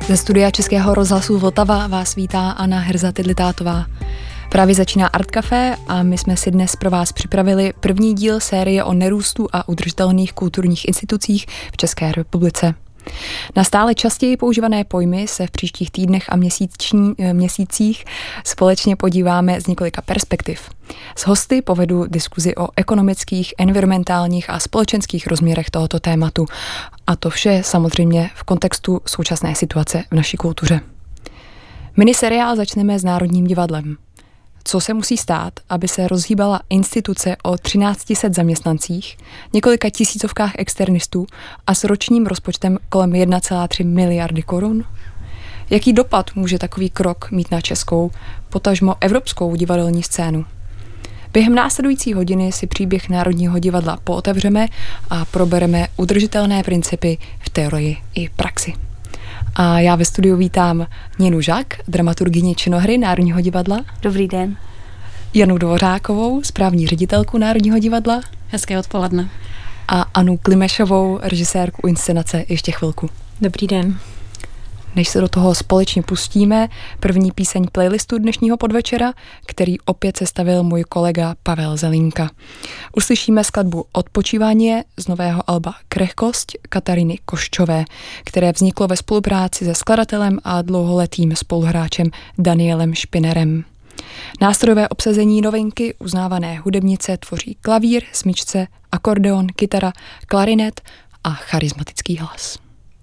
Ze studia Českého rozhlasu Vltava vás vítá Anna Herza-Tidlitátová. Právě začíná Art Café a my jsme si dnes pro vás připravili první díl série o nerůstu a udržitelných kulturních institucích v České republice. Na stále častěji používané pojmy se v příštích týdnech a měsících společně podíváme z několika perspektiv. S hosty povedu diskuzi o ekonomických, environmentálních a společenských rozměrech tohoto tématu. A to vše samozřejmě v kontextu současné situace v naší kultuře. Miniseriál začneme s Národním divadlem. Co se musí stát, aby se rozhýbala instituce o 1300 zaměstnancích, několika tisícovkách externistů a s ročním rozpočtem kolem 1,3 miliardy korun? Jaký dopad může takový krok mít na českou, potažmo evropskou divadelní scénu? Během následující hodiny si příběh Národního divadla pootevřeme a probereme udržitelné principy v teorii i praxi. A já ve studiu vítám Ninu Žák, dramaturgyni činohry Národního divadla. Dobrý den. Janu Dvořákovou, správní ředitelku Národního divadla. Hezké odpoledne. A Anu Klimešovou, režisérku inscenace Ještě chvilku. Dobrý den. Než se do toho společně pustíme, první píseň playlistu dnešního podvečera, který opět sestavil můj kolega Pavel Zelínka. Uslyšíme skladbu Odpočívání z nového alba Krehkost Katariny Koščové, které vzniklo ve spolupráci se skladatelem a dlouholetým spoluhráčem Danielem Špinerem. Nástrojové obsazení novinky uznávané hudebnice tvoří klavír, smyčce, akordeon, kytara, klarinet a charismatický hlas.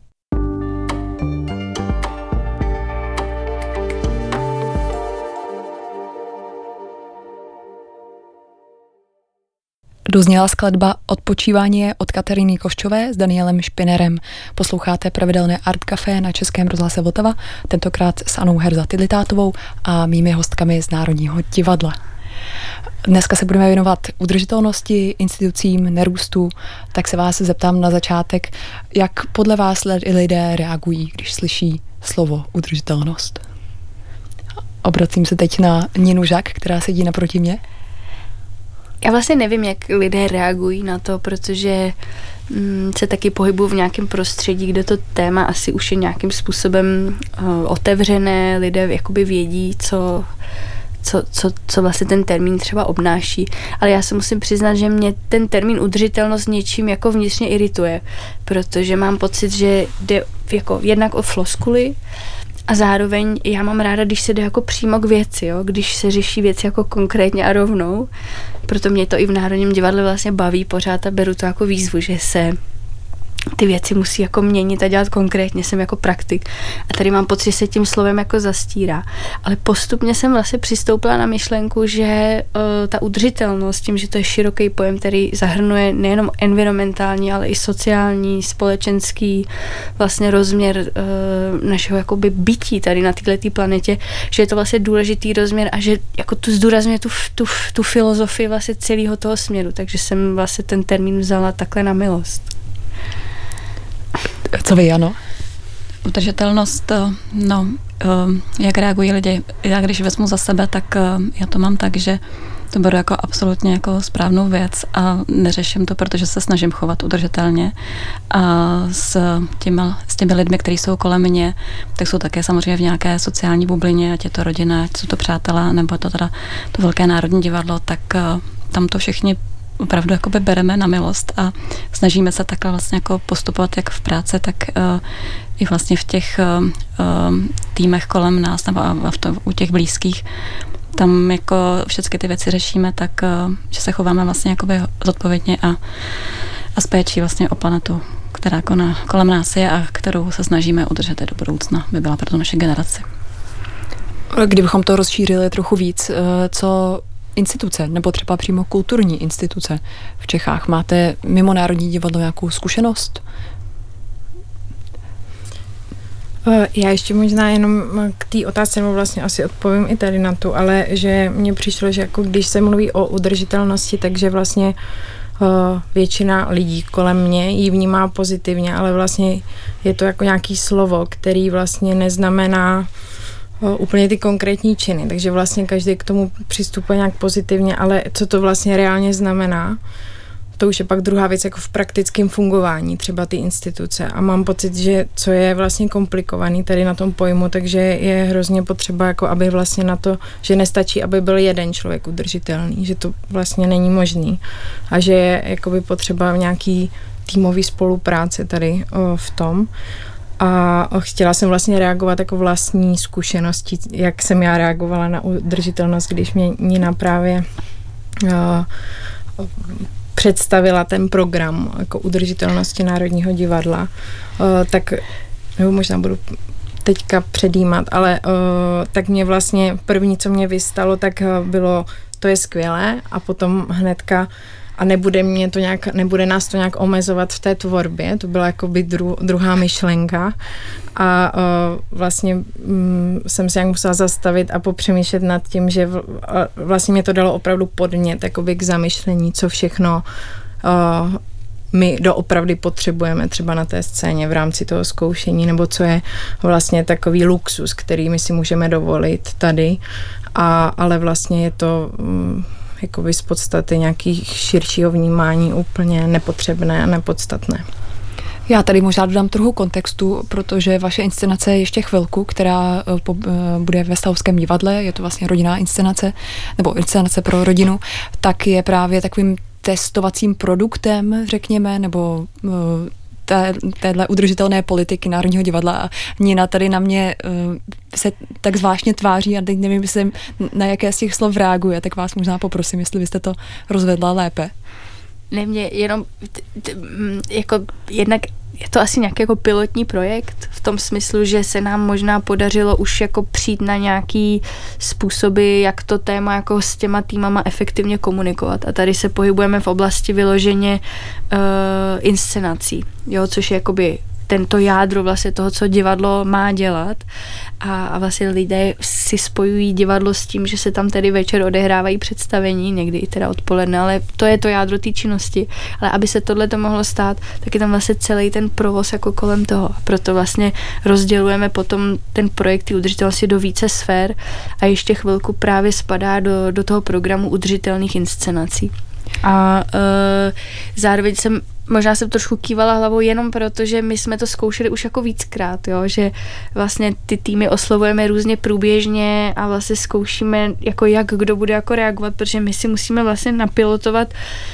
Dozněla skladba Odpočívání od Katariny Koščové s Danielem Špinerem. Posloucháte pravidelné Art Café na Českém rozhlase Vltava, tentokrát s Anou Herza-Tidlitátovou a mými hostkami z Národního divadla. Dneska se budeme věnovat udržitelnosti, institucím, nerůstu, tak se vás zeptám na začátek, jak podle vás lidé reagují, když slyší slovo udržitelnost? Obracím se teď na Ninu Žák, která sedí naproti mě. Já vlastně nevím, jak lidé reagují na to, protože se taky pohybuju v nějakém prostředí, kde to téma asi už je nějakým způsobem otevřené, lidé jakoby vědí, co vlastně ten termín třeba obnáší. Ale já se musím přiznat, že mě ten termín udržitelnost něčím jako vnitřně irituje, protože mám pocit, že jde jako jednak o floskuly, a zároveň já mám ráda, když se jde jako přímo k věci, jo? Když se řeší věci jako konkrétně a rovnou. Proto mě to i v Národním divadle vlastně baví pořád a beru to jako výzvu, že se ty věci musí jako měnit a dělat konkrétně, jsem jako praktik. A tady mám pocit, že se tím slovem jako zastírá. Ale postupně jsem vlastně přistoupila na myšlenku, že ta udržitelnost, tím, že to je široký pojem, který zahrnuje nejenom environmentální, ale i sociální, společenský vlastně rozměr našeho jakoby bytí tady na této planetě, že je to vlastně důležitý rozměr a že jako tu zdůrazňuje tu filozofii vlastně celého toho směru. Takže jsem vlastně ten termín vzala takhle na milost. Co vy, Jano? Udržitelnost, jak reagují lidi. Já když vezmu za sebe, tak já to mám tak, že to beru jako absolutně jako správnou věc a neřeším to, protože se snažím chovat udržitelně. A s těmi lidmi, kteří jsou kolem mě, tak jsou také samozřejmě v nějaké sociální bublině, ať je to rodina, ať jsou to přátelé, nebo to teda to velké Národní divadlo, tak tam to všichni opravdu jakoby bereme na milost a snažíme se takhle vlastně jako postupovat jak v práci, tak i vlastně v těch týmech kolem nás nebo u těch blízkých. Tam jako všechny ty věci řešíme tak, že se chováme vlastně jakoby zodpovědně a s péčí vlastně o planetu, která kolem nás je a kterou se snažíme udržet do budoucna, by byla pro tu naše generaci. Kdybychom to rozšířili trochu víc, co instituce, nebo třeba přímo kulturní instituce v Čechách. Máte mimo Národní divadlo nějakou zkušenost? Já ještě možná jenom k té otázce, nebo vlastně asi odpovím i tady na tu, ale že mně přišlo, že jako když se mluví o udržitelnosti, takže vlastně většina lidí kolem mě ji vnímá pozitivně, ale vlastně je to jako nějaký slovo, který vlastně neznamená úplně ty konkrétní činy, takže vlastně každý k tomu přistupuje nějak pozitivně, ale co to vlastně reálně znamená, to už je pak druhá věc jako v praktickém fungování třeba ty instituce a mám pocit, že co je vlastně komplikovaný tady na tom pojmu, takže je hrozně potřeba jako aby vlastně na to, že nestačí, aby byl jeden člověk udržitelný, že to vlastně není možný a že je jakoby potřeba nějaký týmový spolupráce tady v tom. A chtěla jsem vlastně reagovat jako vlastní zkušenosti, jak jsem já reagovala na udržitelnost, když mě Nina právě představila ten program jako udržitelnosti Národního divadla, tak nebo možná budu teďka předjímat, ale tak mě vlastně první, co mě vystalo, tak bylo, to je skvělé a potom hnedka a nebude nás to nějak omezovat v té tvorbě, to byla jakoby druhá myšlenka a vlastně jsem se jak musela zastavit a popřemýšlet nad tím, že vlastně mě to dalo opravdu podnět jakoby k zamyšlení, co všechno my doopravdy potřebujeme třeba na té scéně v rámci toho zkoušení, nebo co je vlastně takový luxus, který my si můžeme dovolit tady, ale vlastně je to jakoby z podstaty nějakých širšího vnímání úplně nepotřebné a nepodstatné. Já tady možná dodám trochu kontextu, protože vaše inscenace je ještě chvilku, která bude ve Stavovském divadle, je to vlastně rodinná inscenace, nebo inscenace pro rodinu, tak je právě takovým testovacím produktem, řekněme, nebo téhle udržitelné politiky Národního divadla a Nina tady na mě se tak zvláštně tváří a teď nevím, jestli na jaké z těch slov reaguje, tak vás možná poprosím, jestli byste to rozvedla lépe. Ne, mě jenom jako jednak je to asi nějaký jako pilotní projekt v tom smyslu, že se nám možná podařilo už jako přijít na nějaký způsoby, jak to téma jako s těma týmama efektivně komunikovat. A tady se pohybujeme v oblasti vyloženě inscenací, jo, což je jakoby tento jádro vlastně toho, co divadlo má dělat a vlastně lidé si spojují divadlo s tím, že se tam tedy večer odehrávají představení, někdy i teda odpoledne, ale to je to jádro té činnosti. Ale aby se tohle to mohlo stát, tak je tam vlastně celý ten provoz jako kolem toho. A proto vlastně rozdělujeme potom ten projekt udržitelnosti do více sfér a ještě chvilku právě spadá do toho programu udržitelných inscenací. A zároveň možná jsem trošku kývala hlavou jenom proto, že my jsme to zkoušeli už jako víckrát, jo? Že vlastně ty týmy oslovujeme různě průběžně a vlastně zkoušíme, jako jak kdo bude jako reagovat, protože my si musíme vlastně napilotovat,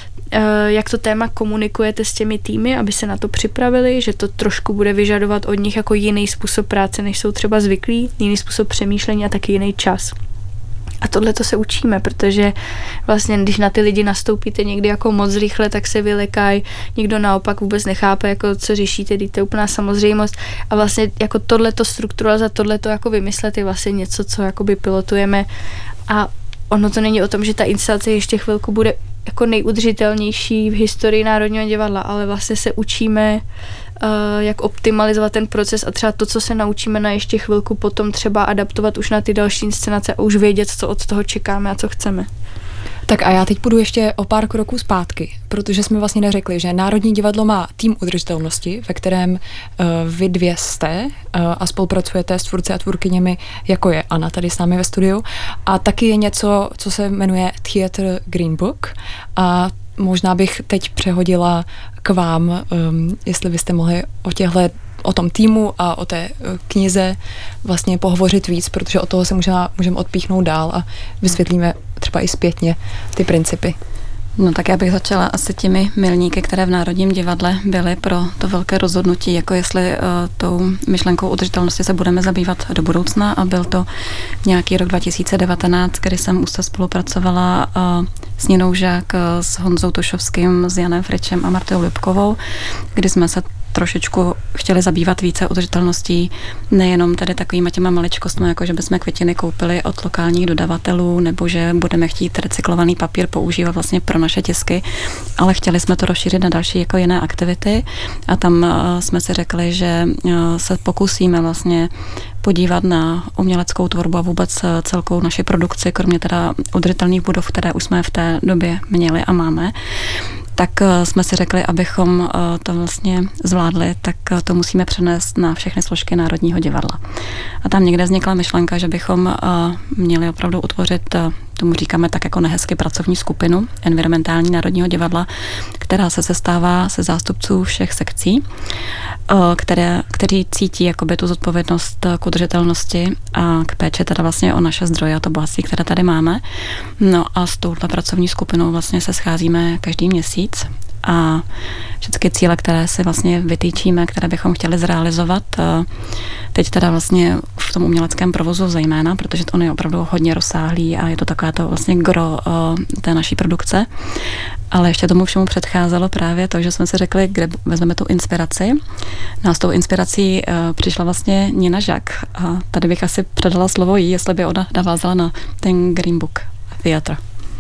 jak to téma komunikujete s těmi týmy, aby se na to připravili, že to trošku bude vyžadovat od nich jako jiný způsob práce, než jsou třeba zvyklí, jiný způsob přemýšlení a taky jiný čas. A tohle to se učíme, protože vlastně, když na ty lidi nastoupíte někdy jako moc rychle, tak se vylekají, někdo naopak vůbec nechápe, jako co řešíte, to je úplná samozřejmost. A vlastně jako tohleto strukturalizovat, tohleto jako vymyslet je vlastně něco, co jakoby pilotujeme. A ono to není o tom, že ta instalace ještě chvilku bude jako nejudržitelnější v historii Národního divadla, ale vlastně se učíme, jak optimalizovat ten proces a třeba to, co se naučíme na ještě chvilku potom třeba adaptovat už na ty další inscenace a už vědět, co od toho čekáme a co chceme. Tak a já teď půjdu ještě o pár kroků zpátky, protože jsme vlastně neřekli, že Národní divadlo má tým udržitelnosti, ve kterém vy dvě jste a spolupracujete s tvůrci a tvůrkyněmi, jako je Anna tady s námi ve studiu. A taky je něco, co se jmenuje Theatre Green Book a možná bych teď přehodila k vám, jestli byste mohli o tom týmu a o té knize vlastně pohovořit víc, protože od toho se můžeme odpíchnout dál a vysvětlíme třeba i zpětně ty principy. No tak já bych začala asi těmi milníky, které v Národním divadle byly pro to velké rozhodnutí, jako jestli tou myšlenkou udržitelnosti se budeme zabývat do budoucna a byl to nějaký rok 2019, kdy jsem úzce spolupracovala s Ninou Žák, s Honzou Tošovským, s Janem Fričem a Martou Lipkovou, kdy jsme se trošičku chtěli zabývat více udržitelností, nejenom tady takovýma těma maličkostmi, jako že bychom květiny koupili od lokálních dodavatelů, nebo že budeme chtít recyklovaný papír používat vlastně pro naše tisky, ale chtěli jsme to rozšířit na další jako jiné aktivity a tam jsme si řekli, že se pokusíme vlastně podívat na uměleckou tvorbu a vůbec celkou naši produkci, kromě teda udržitelných budov, které už jsme v té době měli a máme. tak jsme si řekli, abychom to vlastně zvládli, tak to musíme přenést na všechny složky Národního divadla. A tam někde vznikla myšlenka, že bychom měli opravdu utvořit, tomu říkáme tak jako nehezky, pracovní skupinu environmentální Národního divadla, která se sestává se zástupců všech sekcí, kteří cítí jakoby tu zodpovědnost k udržitelnosti a k péči teda vlastně o naše zdroje a to bohatství, které tady máme. No a s touhle pracovní skupinou vlastně se scházíme každý měsíc a všechny cíle, které si vlastně vytýčíme, které bychom chtěli zrealizovat, teď teda vlastně v tom uměleckém provozu zejména, protože on je opravdu hodně rozsáhlý a je to takové to vlastně gro té naší produkce. Ale ještě tomu všemu předcházelo právě to, že jsme si řekli, kde vezmeme tu inspiraci. No a s tou inspirací přišla vlastně Nina Žak a tady bych asi předala slovo jí, jestli by ona navázala na ten Green Book Theatre.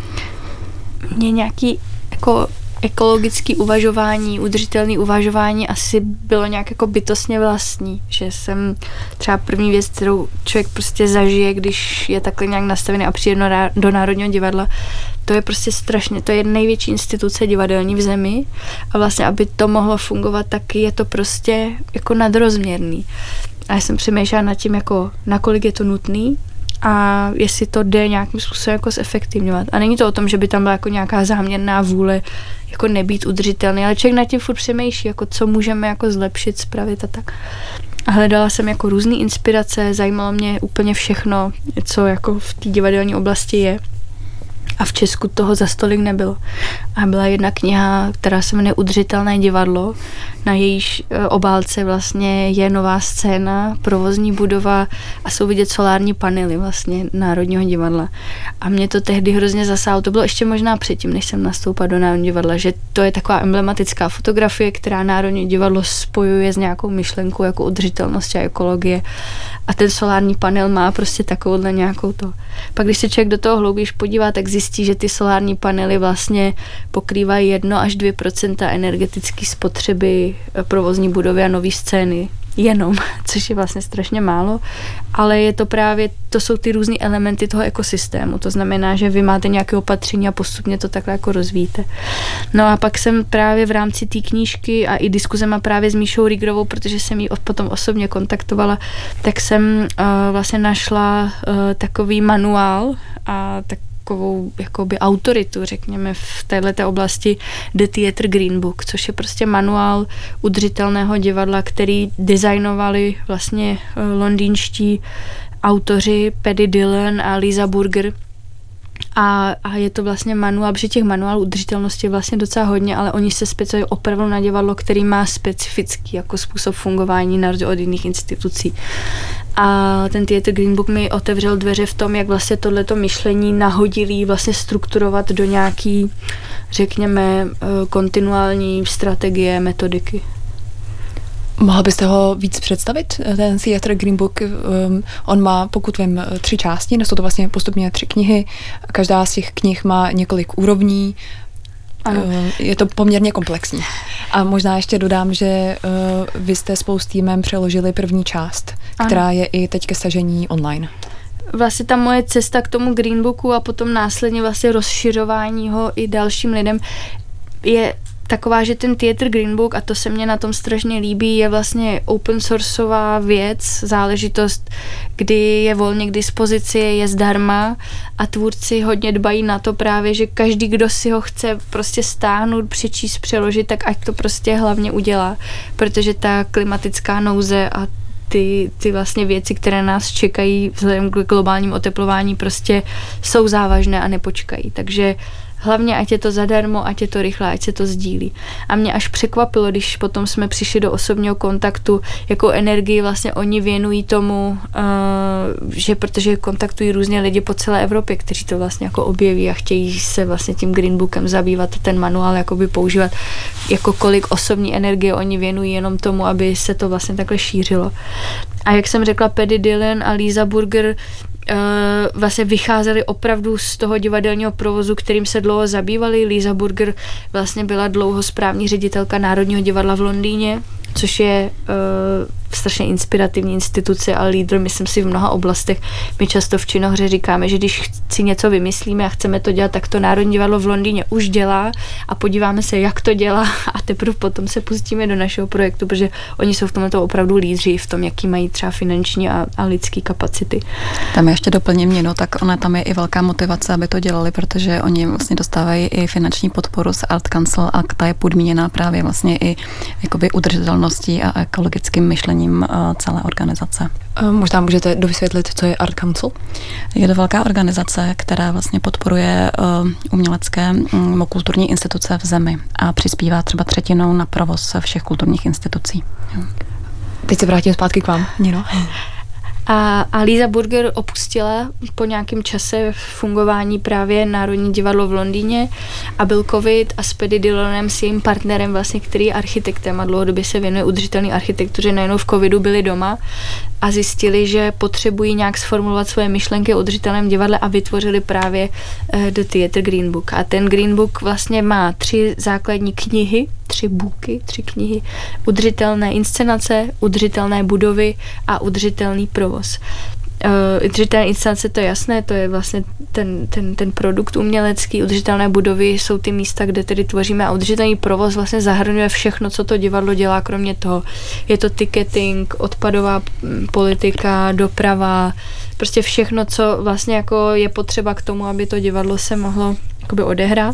Mě nějaký jako ekologický uvažování, udržitelný uvažování asi bylo nějak jako bytostně vlastní, že jsem třeba první věc, kterou člověk prostě zažije, když je takhle nějak nastavený a přijde do Národního divadla, to je prostě strašně, to je největší instituce divadelní v zemi a vlastně, aby to mohlo fungovat, tak je to prostě jako nadrozměrný. A já jsem přemýšlela nad tím, jako nakolik je to nutný a jestli to jde nějakým způsobem jako zefektivňovat. A není to o tom, že by tam byla jako nějaká záměrná vůle jako nebýt udržitelný, ale člověk nad tím furt přemýšlí, jako co můžeme jako zlepšit, spravit a tak. A hledala jsem jako různé inspirace, zajímalo mě úplně všechno, co jako v té divadelní oblasti je. A v Česku toho za stolik nebylo. A byla jedna kniha, která se jmenuje Udržitelné divadlo. Na jejíž obálce vlastně je nová scéna, provozní budova a jsou vidět solární panely vlastně Národního divadla. A mě to tehdy hrozně zasáhlo. To bylo ještě možná předtím, než jsem nastoupila do Národního divadla, že to je taková emblematická fotografie, která Národní divadlo spojuje s nějakou myšlenkou jako udržitelnosti a ekologie. A ten solární panel má prostě takovouhle nějakou to. Pak když se člověk do toho hlouběji podívá, tak zjistí, že ty solární panely vlastně pokrývají 1 až 2% energetické spotřeby provozní budovy a nové scény. Jenom, což je vlastně strašně málo, ale je to právě, to jsou ty různý elementy toho ekosystému, to znamená, že vy máte nějaké opatření a postupně to takhle jako rozvíjíte. No a pak jsem právě v rámci té knížky a i diskuzema právě s Míšou Rigrovou, protože jsem ji potom osobně kontaktovala, tak jsem vlastně našla takový manuál a takovou jakoby autoritu, řekněme, v této oblasti The Theatre Green Book, což je prostě manuál udržitelného divadla, který designovali vlastně londýnští autoři Paddy Dillon a Lisa Burger. A je to vlastně manuál, protože těch manuálů udržitelnosti je vlastně docela hodně, ale oni se specializují opravdu na divadlo, který má specifický jako způsob fungování na rozdíl od jiných institucí. A ten Theatre Green Book mi otevřel dveře v tom, jak vlastně tohleto myšlení nahodilý vlastně strukturovat do nějaký, řekněme, kontinuální strategie, metodiky. Mohla byste ho víc představit, ten Theatre Green Book? On má, pokud vím, 3 části, jsou to vlastně postupně 3 knihy. Každá z těch knih má několik úrovní. Ano. Je to poměrně komplexní. A možná ještě dodám, že vy jste spolu s týmem přeložili první část, která je i teď ke stažení online. Vlastně ta moje cesta k tomu Green Booku a potom následně vlastně rozšiřování ho i dalším lidem je taková, že ten Theatre Green Book, a to se mně na tom strašně líbí, je vlastně open sourceová věc, záležitost, kdy je volně k dispozici, je zdarma a tvůrci hodně dbají na to právě, že každý, kdo si ho chce prostě stáhnout, přečíst, přeložit, tak ať to prostě hlavně udělá, protože ta klimatická nouze a ty vlastně věci, které nás čekají vzhledem k globálním oteplování, prostě jsou závažné a nepočkají. Takže hlavně, ať je to zadarmo, ať je to rychle, ať se to sdílí. A mě až překvapilo, když potom jsme přišli do osobního kontaktu, jakou energii vlastně oni věnují tomu, že protože kontaktují různě lidi po celé Evropě, kteří to vlastně jako objeví a chtějí se vlastně tím Green Bookem zabývat, ten manuál jakoby používat, jako kolik osobní energie oni věnují jenom tomu, aby se to vlastně takhle šířilo. A jak jsem řekla, Paddy Dillon a Lisa Burger vlastně vycházeli opravdu z toho divadelního provozu, kterým se dlouho zabývali. Lisa Burger vlastně byla dlouho správní ředitelka Národního divadla v Londýně, což je strašně inspirativní instituce a lídr, myslím si v mnoha oblastech. My často v Činohře říkáme, že když si něco vymyslíme a chceme to dělat, tak to Národní divadlo v Londýně už dělá a podíváme se, jak to dělá a teprve potom se pustíme do našeho projektu, protože oni jsou v tomto opravdu lídři, v tom, jaký mají třeba finanční a lidský kapacity. Tam ještě doplním Nino, tak ona tam je i velká motivace, aby to dělali, protože oni vlastně dostávají i finanční podporu z Art Council a ta je podmíněná právě vlastně i jakoby udržitelností a ekologickým myšlením celé organizace. Možná můžete dovysvětlit, co je Art Council? Je to velká organizace, která vlastně podporuje umělecké kulturní instituce v zemi a přispívá třeba 1/3 na provoz všech kulturních institucí. Teď se vrátím zpátky k vám, Nino. A Líza Burger opustila po nějakém čase fungování právě Národní divadlo v Londýně a byl covid a s Paddy Dilonem, s jejím partnerem, vlastně, který je architektem a dlouhodobě se věnuje udržitelné architektuře, najednou v covidu byli doma a zjistili, že potřebují nějak sformulovat svoje myšlenky o udržitelném divadle a vytvořili právě The Theatre Green Book. A ten Green Book vlastně má 3 základní knihy, 3 knihy, udržitelné inscenace, udržitelné budovy a udržitelný provoz. Udržitelné inscenace, to je jasné, to je vlastně ten produkt umělecký, udržitelné budovy jsou ty místa, kde tedy tvoříme a udržitelný provoz vlastně zahrnuje všechno, co to divadlo dělá, kromě toho. Je to ticketing, odpadová politika, doprava, prostě všechno, co vlastně jako je potřeba k tomu, aby to divadlo se mohlo jakoby odehrát.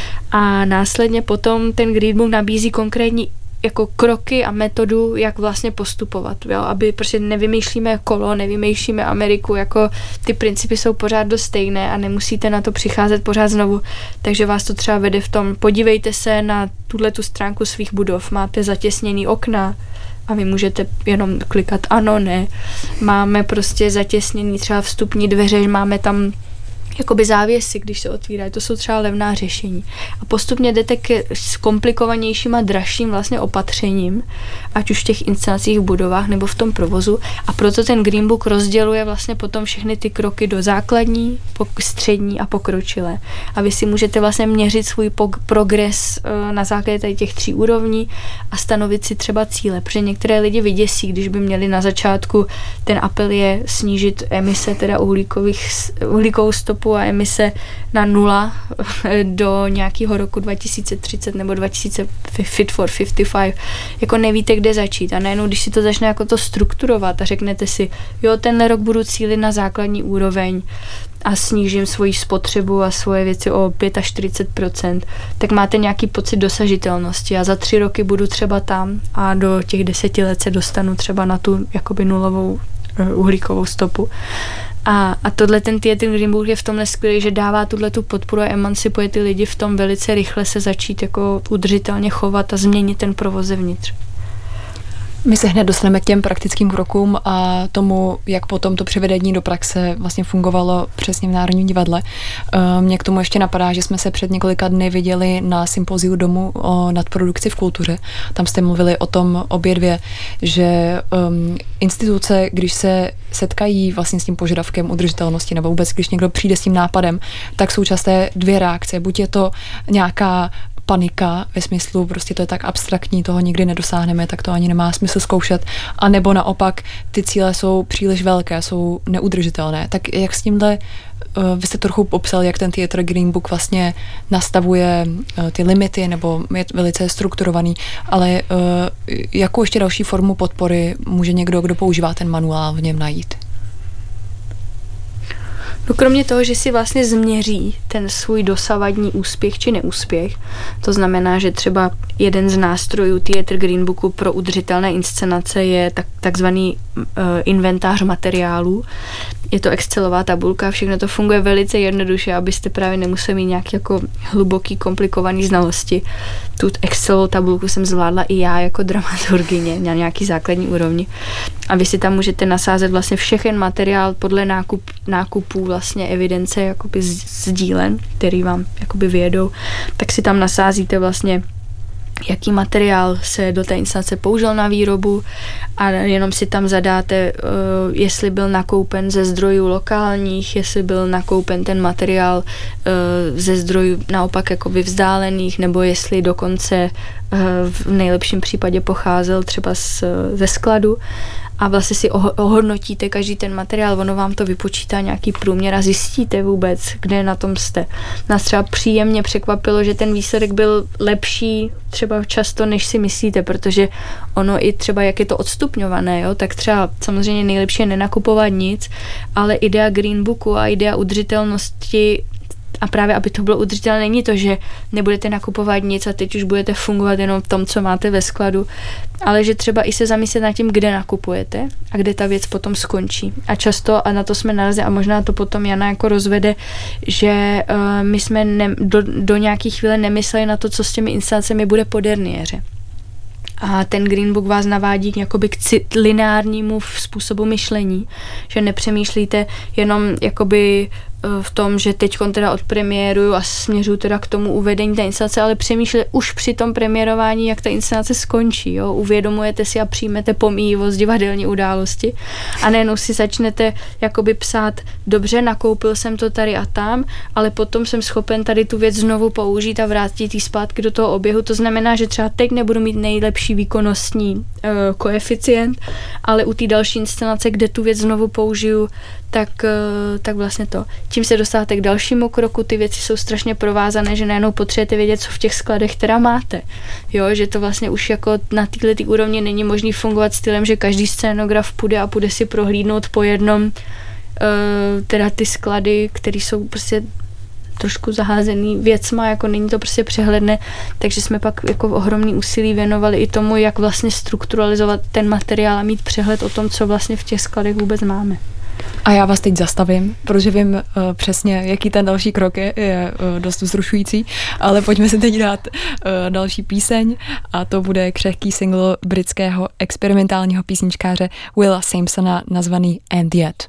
A následně potom ten Green Book nabízí konkrétní jako kroky a metodu, jak vlastně postupovat, jo? Aby prostě nevymýšlíme kolo, nevymýšlíme Ameriku, jako ty principy jsou pořád dost stejné a nemusíte na to přicházet pořád znovu, takže vás to třeba vede v tom, podívejte se na tu stránku svých budov, máte zatěsněný okna a vy můžete jenom klikat ano, ne, máme prostě zatěsněný třeba vstupní dveře, máme tam jakoby závěsy, když se otvírají, to jsou třeba levná řešení. A postupně jdete s komplikovanějším a dražším vlastně opatřením, ať už v těch inscenacích v budovách nebo v tom provozu. A proto ten Green Book rozděluje vlastně potom všechny ty kroky do základní, střední a pokročilé. A vy si můžete vlastně měřit svůj progres na základě tady těch 3 úrovní a stanovit si třeba cíle, protože některé lidi vyděsí, když by měli na začátku ten apel je snížit emise, teda uhlíkovou stopu a emise na 0 do nějakého roku 2030 nebo 2000 Fit for 55. Jako nevíte, kde začít. A najednou, když si to začne jako to strukturovat a řeknete si, jo, tenhle rok budu cílit na základní úroveň a snížím svoji spotřebu a svoje věci o 45%, tak máte nějaký pocit dosažitelnosti a za 3 roky budu třeba tam a do těch 10 let se dostanu třeba na tu jakoby nulovou uhlíkovou stopu. A tohle ten Green Book je v tomhle skvělý, že dává tu podporu a emancipuje ty lidi v tom velice rychle se začít jako udržitelně chovat a změnit ten provoz zevnitř. My se hned dostaneme k těm praktickým krokům a tomu, jak potom to převedení do praxe vlastně fungovalo přesně v Národním divadle. Mně k tomu ještě napadá, že jsme se před několika dny viděli na sympoziu Domu o nadprodukci v kultuře. Tam jste mluvili o tom obě dvě, že instituce, když se setkají vlastně s tím požadavkem udržitelnosti nebo vůbec, když někdo přijde s tím nápadem, tak jsou časté 2 reakce. Buď je to nějaká panika ve smyslu, prostě to je tak abstraktní, toho nikdy nedosáhneme, tak to ani nemá smysl zkoušet, a nebo naopak ty cíle jsou příliš velké, jsou neudržitelné. Tak jak s tímhle, vy jste trochu popsal, jak ten Theatre Green Book vlastně nastavuje ty limity, nebo je velice strukturovaný, ale jakou ještě další formu podpory může někdo, kdo používá ten manuál, v něm najít? No kromě toho, že si vlastně změří ten svůj dosavadní úspěch či neúspěch, to znamená, že třeba jeden z nástrojů Theatre Green Booku pro udržitelné inscenace je takzvaný inventář materiálů. Je to Excelová tabulka, všechno to funguje velice jednoduše, abyste právě nemuseli mít nějaký jako hluboký, komplikovaný znalosti. Tu Excelovou tabulku jsem zvládla i já jako dramaturgyně na nějaký základní úrovni. A vy si tam můžete nasázet vlastně všechen materiál podle nákupů, vlastně evidence jakoby sdílen, který vám jakoby vyjedou, tak si tam nasázíte vlastně jaký materiál se do té instalace použil na výrobu a jenom si tam zadáte, jestli byl nakoupen ze zdrojů lokálních, jestli byl nakoupen ten materiál ze zdrojů naopak jakoby vzdálených, nebo jestli dokonce v nejlepším případě pocházel třeba ze skladu. A vlastně si ohodnotíte každý ten materiál, ono vám to vypočítá nějaký průměr a zjistíte vůbec, kde na tom jste. Nás třeba příjemně překvapilo, že ten výsledek byl lepší třeba často, než si myslíte, protože ono i třeba, jak je to odstupňované, jo, tak třeba samozřejmě nejlepší je nenakupovat nic, ale idea Greenbooku a idea udržitelnosti a právě, aby to bylo udržitelné, není to, že nebudete nakupovat nic a teď už budete fungovat jenom v tom, co máte ve skladu, ale že třeba i se zamyslet nad tím, kde nakupujete a kde ta věc potom skončí. A často, a na to jsme narazili, a možná to potom Jana jako rozvede, že my jsme do nějaký chvíle nemysleli na to, co s těmi instalacemi bude po derniéře. A ten Greenbook vás navádí jakoby k lineárnímu způsobu myšlení, že nepřemýšlíte jenom jakoby v tom, že teďkon teda odpremiéruju a směřuju teda k tomu uvedení té instalace, ale přemýšlíte už při tom premiérování, jak ta instalace skončí. Jo? Uvědomujete si a přijmete pomíjivost divadelní události a nejenom si začnete jakoby psát, dobře, nakoupil jsem to tady a tam, ale potom jsem schopen tady tu věc znovu použít a vrátit ji zpátky do toho oběhu. To znamená, že třeba teď nebudu mít nejlepší výkonnostní koeficient, ale u té další instalace, kde tu věc znovu použiju, tak vlastně to. Tím se dostáváte k dalšímu kroku, ty věci jsou strašně provázané, že najednou potřebujete vědět, co v těch skladech teda máte. Jo, že to vlastně už jako na této úrovni není možný fungovat stylem, že každý scénograf půjde a půjde si prohlídnout po jednom teda ty sklady, které jsou prostě trošku zaházený věcma, jako není to prostě přehledné, takže jsme pak jako ohromný úsilí věnovali i tomu, jak vlastně strukturalizovat ten materiál a mít přehled o tom, co vlastně v těch skladech vůbec máme. A já vás teď zastavím, protože vím přesně, jaký ten další krok je dost vzrušující, ale pojďme si teď dát další píseň a to bude křehký single britského experimentálního písničkáře Willa Simpsona nazvaný And Yet.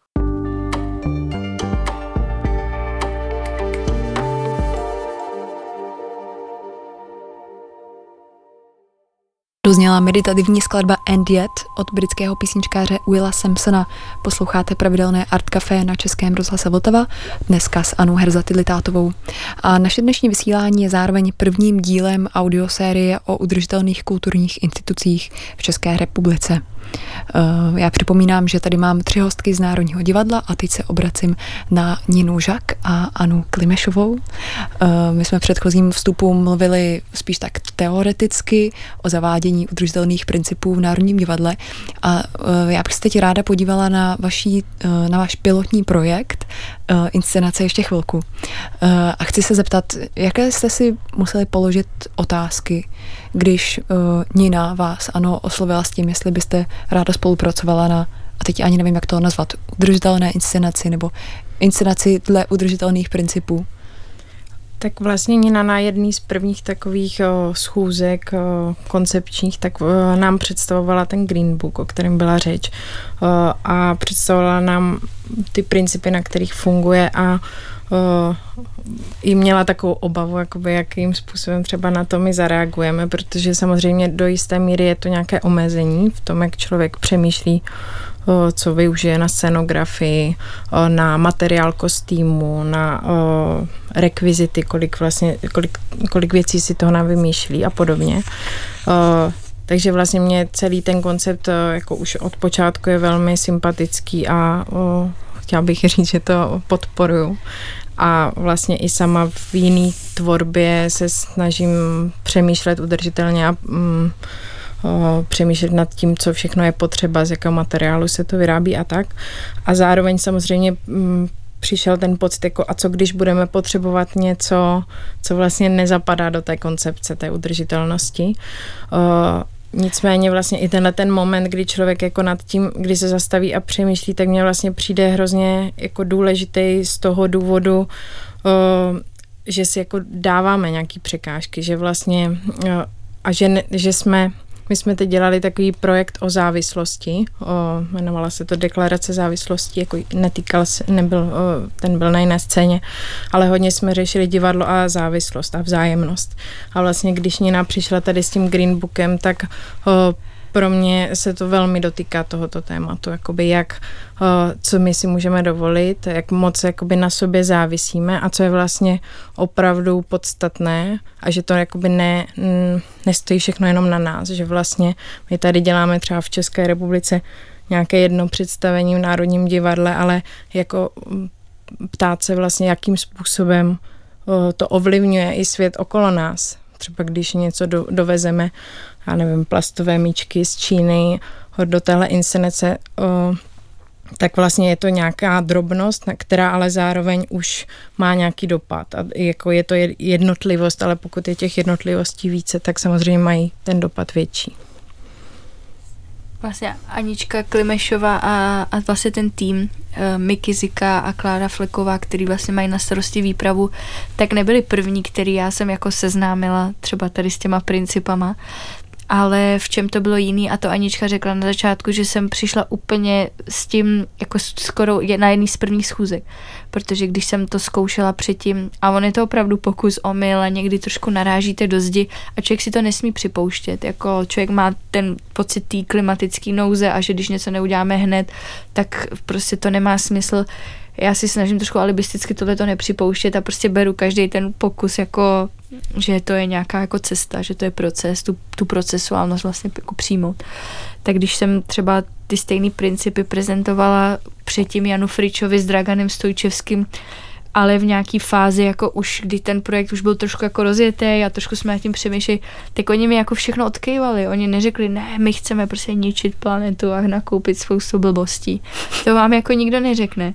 Dozněla meditativní skladba And Yet od britského písničkáře Willa Simpsona. Posloucháte pravidelné Art Café na Českém rozhlase Vltava, dneska s Anou Herzati-Litátovou. A naše dnešní vysílání je zároveň prvním dílem audiosérie o udržitelných kulturních institucích v České republice. Já připomínám, že tady mám 3 hostky z Národního divadla a teď se obracím na Ninu Žak a Anu Klimešovou. My jsme v předchozím vstupu mluvili spíš tak teoreticky o zavádění udržitelných principů v Národním divadle a já bych se teď ráda podívala na váš pilotní projekt inscenace ještě chvilku. A chci se zeptat, jaké jste si museli položit otázky, když Nina vás, Ano, oslovila s tím, jestli byste ráda spolupracovala na, a teď ani nevím, jak to nazvat, udržitelné inscenaci nebo inscenaci dle udržitelných principů. Tak vlastně Nina na jedný z prvních takových schůzek koncepčních, tak nám představovala ten Greenbook, o kterém byla řeč, a představovala nám ty principy, na kterých funguje a i měla takovou obavu, jakoby, jakým způsobem třeba na to my zareagujeme, protože samozřejmě do jisté míry je to nějaké omezení v tom, jak člověk přemýšlí, co využije na scenografii, na materiál kostýmu, na rekvizity, kolik věcí si toho navymýšlí a podobně. Takže vlastně mě celý ten koncept jako už od počátku je velmi sympatický a chtěla bych říct, že to podporuju. A vlastně i sama v jiné tvorbě se snažím přemýšlet udržitelně a přemýšlet nad tím, co všechno je potřeba, z jakého materiálu se to vyrábí a tak. A zároveň samozřejmě přišel ten pocit, jako a co když budeme potřebovat něco, co vlastně nezapadá do té koncepce té udržitelnosti. Nicméně vlastně i tenhle ten moment, kdy člověk jako nad tím, kdy se zastaví a přemýšlí, tak mně vlastně přijde hrozně jako důležitý z toho důvodu, že si jako dáváme nějaký překážky, že vlastně a že jsme my jsme teď dělali takový projekt o závislosti, jmenovala se to Deklarace závislosti, jako ten byl na jiné scéně, ale hodně jsme řešili divadlo a závislost a vzájemnost. A vlastně, když Nina přišla tady s tím Green Bookem, tak pro mě se to velmi dotýká tohoto tématu, jakoby co my si můžeme dovolit, jak moc jakoby na sobě závisíme a co je vlastně opravdu podstatné a že to jakoby nestojí všechno jenom na nás, že vlastně my tady děláme třeba v České republice nějaké jedno představení v Národním divadle, ale jako ptát se vlastně, jakým způsobem to ovlivňuje i svět okolo nás. Třeba když něco dovezeme, já nevím, plastové míčky z Číny do téhle inscenace, tak vlastně je to nějaká drobnost, která ale zároveň už má nějaký dopad. A jako je to jednotlivost, ale pokud je těch jednotlivostí více, tak samozřejmě mají ten dopad větší. Vlastně Anička Klimešová a vlastně ten tým Miky Zika a Klára Fleková, který vlastně mají na starosti výpravu, tak nebyli první, který já jsem jako seznámila třeba tady s těma principama, ale v čem to bylo jiný a to Anička řekla na začátku, že jsem přišla úplně s tím jako skoro na jedný z prvních schůzek, protože když jsem to zkoušela předtím a on je to opravdu pokus omyl a někdy trošku narážíte do zdi a člověk si to nesmí připouštět, jako člověk má ten pocit té klimatické nouze a že když něco neuděláme hned, tak prostě to nemá smysl. Já si snažím trošku alibisticky tohleto nepřipouštět a prostě beru každý ten pokus jako, že to je nějaká jako cesta, že to je proces, tu procesuálnost vlastně jako přijmout. Tak když jsem třeba ty stejný principy prezentovala předtím Janu Fričovi s Draganem Stojčevským, ale v nějaký fázi, jako už, kdy ten projekt už byl trošku jako rozjetý a trošku jsme nad tím přemýšleli, tak oni mi jako všechno odkývali. Oni neřekli, ne, my chceme prostě ničit planetu a nakoupit spoustu blbostí. To vám jako nikdo neřekne.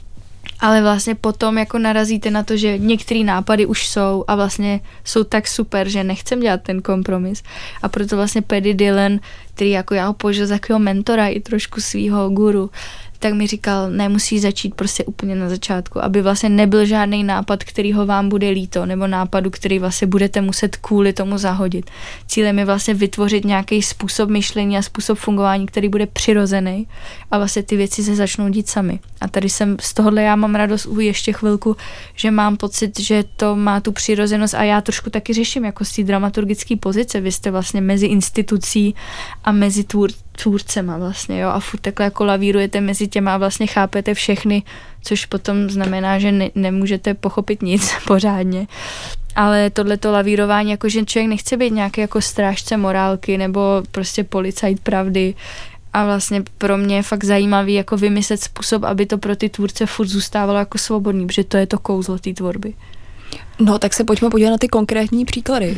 Ale vlastně potom jako narazíte na to, že některé nápady už jsou a vlastně jsou tak super, že nechcem dělat ten kompromis. A proto vlastně Paddy Dillon, který jako já ho považuji za takového mentora i trošku svýho guru, tak mi říkal, nemusíš začít prostě úplně na začátku, aby vlastně nebyl žádný nápad, který ho vám bude líto, nebo nápadu, který vlastně budete muset kvůli tomu zahodit. Cílem je vlastně vytvořit nějaký způsob myšlení a způsob fungování, který bude přirozený a vlastně ty věci se začnou dít sami. A tady z tohohle já mám radost ještě chvilku, že mám pocit, že to má tu přirozenost a já trošku taky řeším jako z té dramaturgické pozice. Vy jste vlastně mezi institucí a mezi tvůrcema vlastně, jo, a furt takhle jako lavírujete mezi těma a vlastně chápete všechny, což potom znamená, že nemůžete pochopit nic pořádně. Ale tohleto lavírování, jako že člověk nechce být nějaký jako strážce morálky nebo prostě policajt pravdy a vlastně pro mě je fakt zajímavý jako vymyslet způsob, aby to pro ty tvůrce furt zůstávalo jako svobodný, protože to je to kouzlo té tvorby. No, tak se pojďme podívat na ty konkrétní příklady.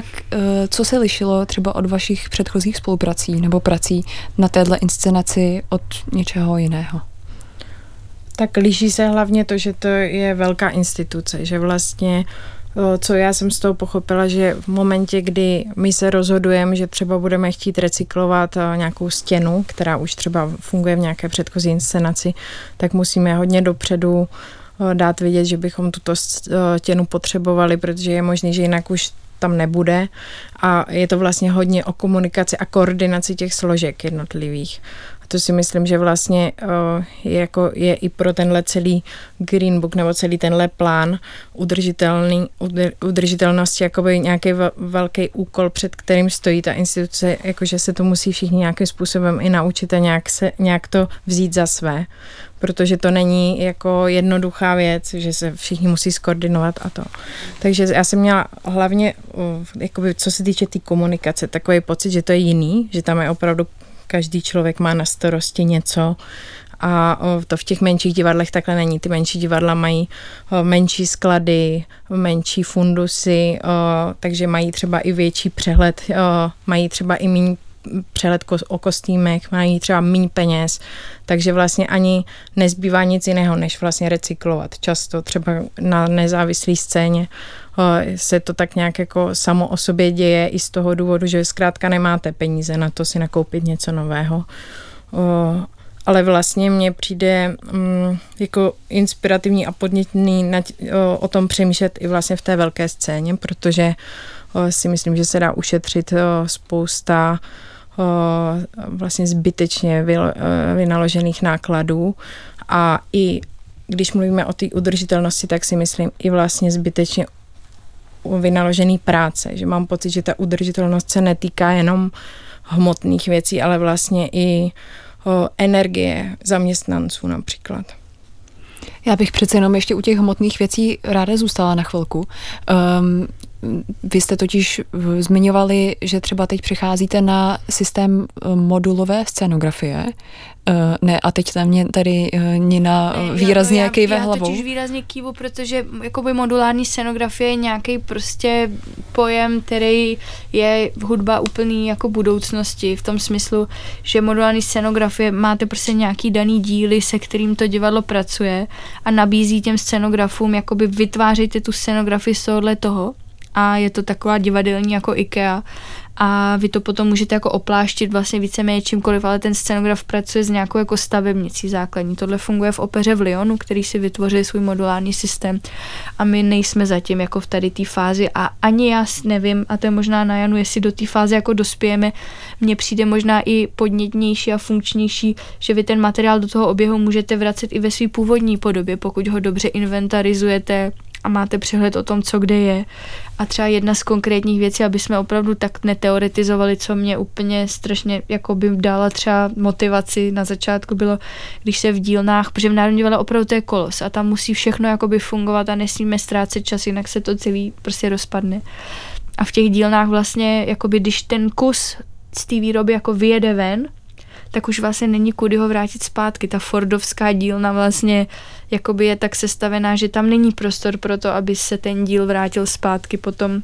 Co se lišilo třeba od vašich předchozích spoluprací nebo prací na téhle inscenaci od něčeho jiného? Tak liší se hlavně to, že to je velká instituce, že vlastně co já jsem z toho pochopila, že v momentě, kdy my se rozhodujeme, že třeba budeme chtít recyklovat nějakou stěnu, která už třeba funguje v nějaké předchozí inscenaci, tak musíme hodně dopředu dát vědět, že bychom tuto stěnu potřebovali, protože je možný, že jinak už tam nebude a je to vlastně hodně o komunikaci a koordinaci těch složek jednotlivých. A to si myslím, že vlastně je i pro tenhle celý Green Book nebo celý tenhle plán udržitelnosti jakoby nějaký velký úkol, před kterým stojí ta instituce, jakože se to musí všichni nějakým způsobem i naučit a nějak to vzít za své. Protože to není jako jednoduchá věc, že se všichni musí skoordinovat a to. Takže já jsem měla hlavně, jakoby, co se týče té komunikace, takový pocit, že to je jiný, že tam je opravdu každý člověk má na starosti něco a to v těch menších divadlech takhle není. Ty menší divadla mají menší sklady, menší fundusy, takže mají třeba i větší přehled, mají třeba i méně přehled o kostýmech, mají třeba míň peněz, takže vlastně ani nezbývá nic jiného, než vlastně recyklovat. Často třeba na nezávislé scéně se to tak nějak jako samo o sobě děje i z toho důvodu, že zkrátka nemáte peníze na to si nakoupit něco nového. Ale vlastně mně přijde jako inspirativní a podnětný o tom přemýšlet i vlastně v té velké scéně, protože si myslím, že se dá ušetřit spousta vlastně zbytečně vynaložených nákladů a i když mluvíme o té udržitelnosti, tak si myslím i vlastně zbytečně vynaložený práce, že mám pocit, že ta udržitelnost se netýká jenom hmotných věcí, ale vlastně i energie zaměstnanců například. Já bych přece jenom ještě u těch hmotných věcí ráda zůstala na chvilku. Vy jste totiž zmiňovali, že třeba teď přecházíte na systém modulové scenografie. Ne, a teď tam mě tady Nina výrazně kýve hlavou. Já totiž výrazně kývu, protože jakoby modulární scenografie je nějaký prostě pojem, který je hudba úplný jako budoucnosti, v tom smyslu, že modulární scenografie máte prostě nějaký daný díly, se kterým to divadlo pracuje a nabízí těm scenografům, jakoby vytvářejte tu scenografii z tohohle toho. A je to taková divadelní jako IKEA a vy to potom můžete jako opláštit vlastně víceméně čímkoliv, ale ten scenograf pracuje s nějakou jako stavebnicí základní. Tohle funguje v opeře v Lyonu, který si vytvořil svůj modulární systém a my nejsme zatím jako v tady té fázi a ani já nevím, a to je možná na Janu, jestli do té fáze jako dospějeme, mně přijde možná i podnětnější a funkčnější, že vy ten materiál do toho oběhu můžete vracet i ve své původní podobě, pokud ho dobře inventarizujete a máte přehled o tom, co kde je. A třeba jedna z konkrétních věcí, aby jsme opravdu tak neteoretizovali, co mě úplně strašně jako by dala třeba motivaci na začátku bylo, když se v dílnách, protože v Národním divadle opravdu to je kolos a tam musí všechno jakoby fungovat a nesmíme ztrácet čas, jinak se to celý prostě rozpadne. A v těch dílnách vlastně, jakoby když ten kus z té výroby jako vyjede ven, tak už vlastně není kudy ho vrátit zpátky. Ta fordovská dílna vlastně jakoby je tak sestavená, že tam není prostor pro to, aby se ten díl vrátil zpátky potom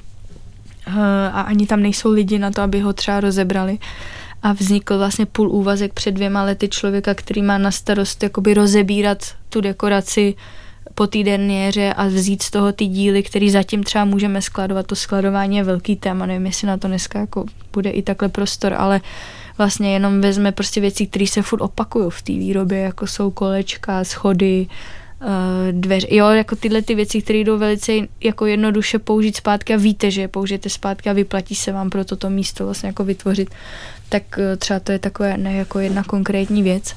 a ani tam nejsou lidi na to, aby ho třeba rozebrali. A vznikl vlastně půl úvazek před 2 lety člověka, který má na starost jakoby rozebírat tu dekoraci po té derniéře a vzít z toho ty díly, který zatím třeba můžeme skladovat. To skladování je velký téma, nevím, jestli na to dneska jako bude i takhle prostor, ale vlastně jenom vezme prostě věci, které se furt opakují v té výrobě, jako jsou kolečka, schody, dveře. Jo, jako tyhle ty věci, které jdou velice jako jednoduše použít zpátky a víte, že je použijete zpátky a vyplatí se vám pro toto místo vlastně jako vytvořit. Tak třeba to je takové ne jako jedna konkrétní věc.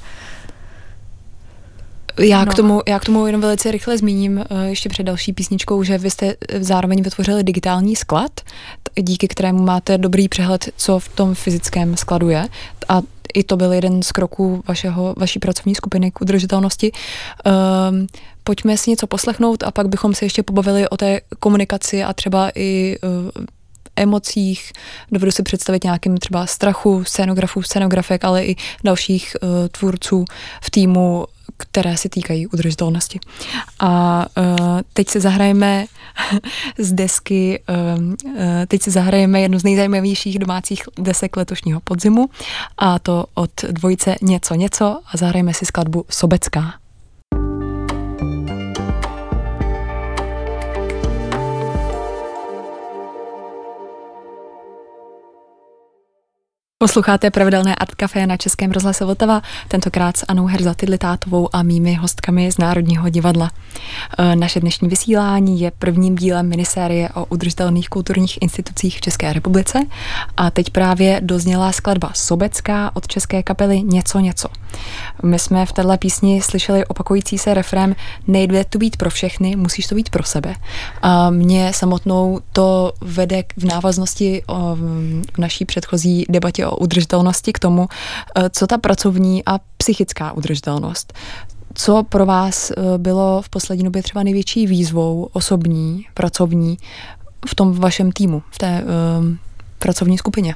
Já k tomu jenom velice rychle zmíním ještě před další písničkou, že vy jste zároveň vytvořili digitální sklad, díky kterému máte dobrý přehled, co v tom fyzickém skladu je. A i to byl jeden z kroků vaší pracovní skupiny k udržitelnosti. Pojďme si něco poslechnout a pak bychom se ještě pobavili o té komunikaci a třeba i emocích. Dovedu si představit nějakým třeba strachu scénografů, scénografek, ale i dalších tvůrců v týmu, které se týkají udržitelnosti. A teď si zahrajeme z desky, jednu z nejzajímavějších domácích desek letošního podzimu, a to od dvojice Něco něco, a zahrajeme si skladbu Sobecká. Posloucháte pravidelné Art Café na Českém rozhlase Vltava, tentokrát s Anou Herzatidlitátovou a mými hostkami z Národního divadla. Naše dnešní vysílání je prvním dílem minisérie o udržitelných kulturních institucích v České republice a teď právě dozněla skladba Sobecká od české kapely Něco něco. My jsme v této písni slyšeli opakující se refrén nejde to být pro všechny, musíš to být pro sebe. A mě samotnou to vede v návaznosti v naší předchozí debatě o udržitelnosti k tomu, co ta pracovní a psychická udržitelnost. Co pro vás bylo v poslední době třeba největší výzvou osobní, pracovní v tom vašem týmu, v té pracovní skupině?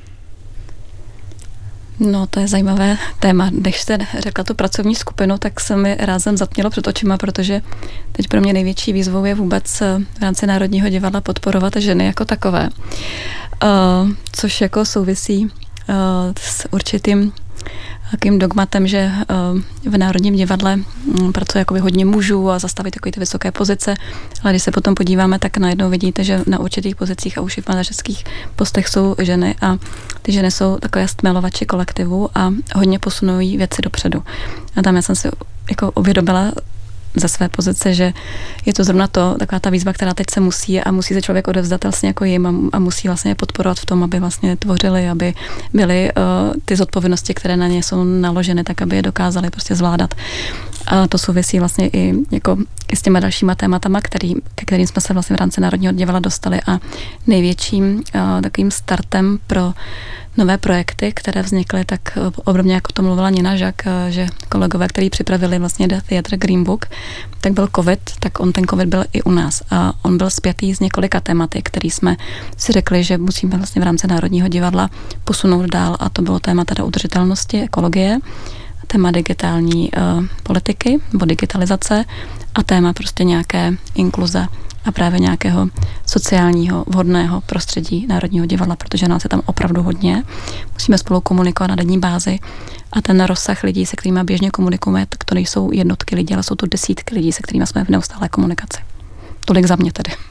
No, to je zajímavé téma. Když jste řekla tu pracovní skupinu, tak se mi rázem zatmělo před očima, protože teď pro mě největší výzvou je vůbec v rámci Národního divadla podporovat ženy jako takové. Což jako souvisí s určitým takým dogmatem, že v Národním divadle pracuje jakoby hodně mužů a zastaví takové ty vysoké pozice, ale když se potom podíváme, tak najednou vidíte, že na určitých pozicích a už i v manažerských postech jsou ženy a ty ženy jsou takové stmelovači kolektivu a hodně posunují věci dopředu. A tam já jsem si jako uvědomila ze své pozice, že je to zrovna taková ta výzva, která teď se musí se člověk odevzdat vlastně jako jim a musí vlastně podporovat v tom, aby vlastně tvořili, aby byly ty zodpovědnosti, které na ně jsou naloženy, tak aby je dokázali prostě zvládat. A to souvisí vlastně i s těma dalšíma tématama, ke kterým jsme se vlastně v rámci Národního divadla dostali a největším takovým startem pro nové projekty, které vznikly, tak obdobně jako to mluvila Nina Žak, že kolegové, kteří připravili vlastně The Theatre Green Book, tak byl covid, tak ten covid byl i u nás a on byl spjatý s několika tématy, který jsme si řekli, že musíme vlastně v rámci Národního divadla posunout dál a to bylo téma teda udržitelnosti, ekologie, téma digitální politiky nebo digitalizace a téma prostě nějaké inkluze a právě nějakého sociálního vhodného prostředí Národního divadla, protože nás je tam opravdu hodně. Musíme spolu komunikovat na denní bázi a ten rozsah lidí, se kterými běžně komunikujeme, tak to nejsou jednotky lidí, ale jsou to desítky lidí, se kterými jsme v neustálé komunikaci. Tolik za mě tedy.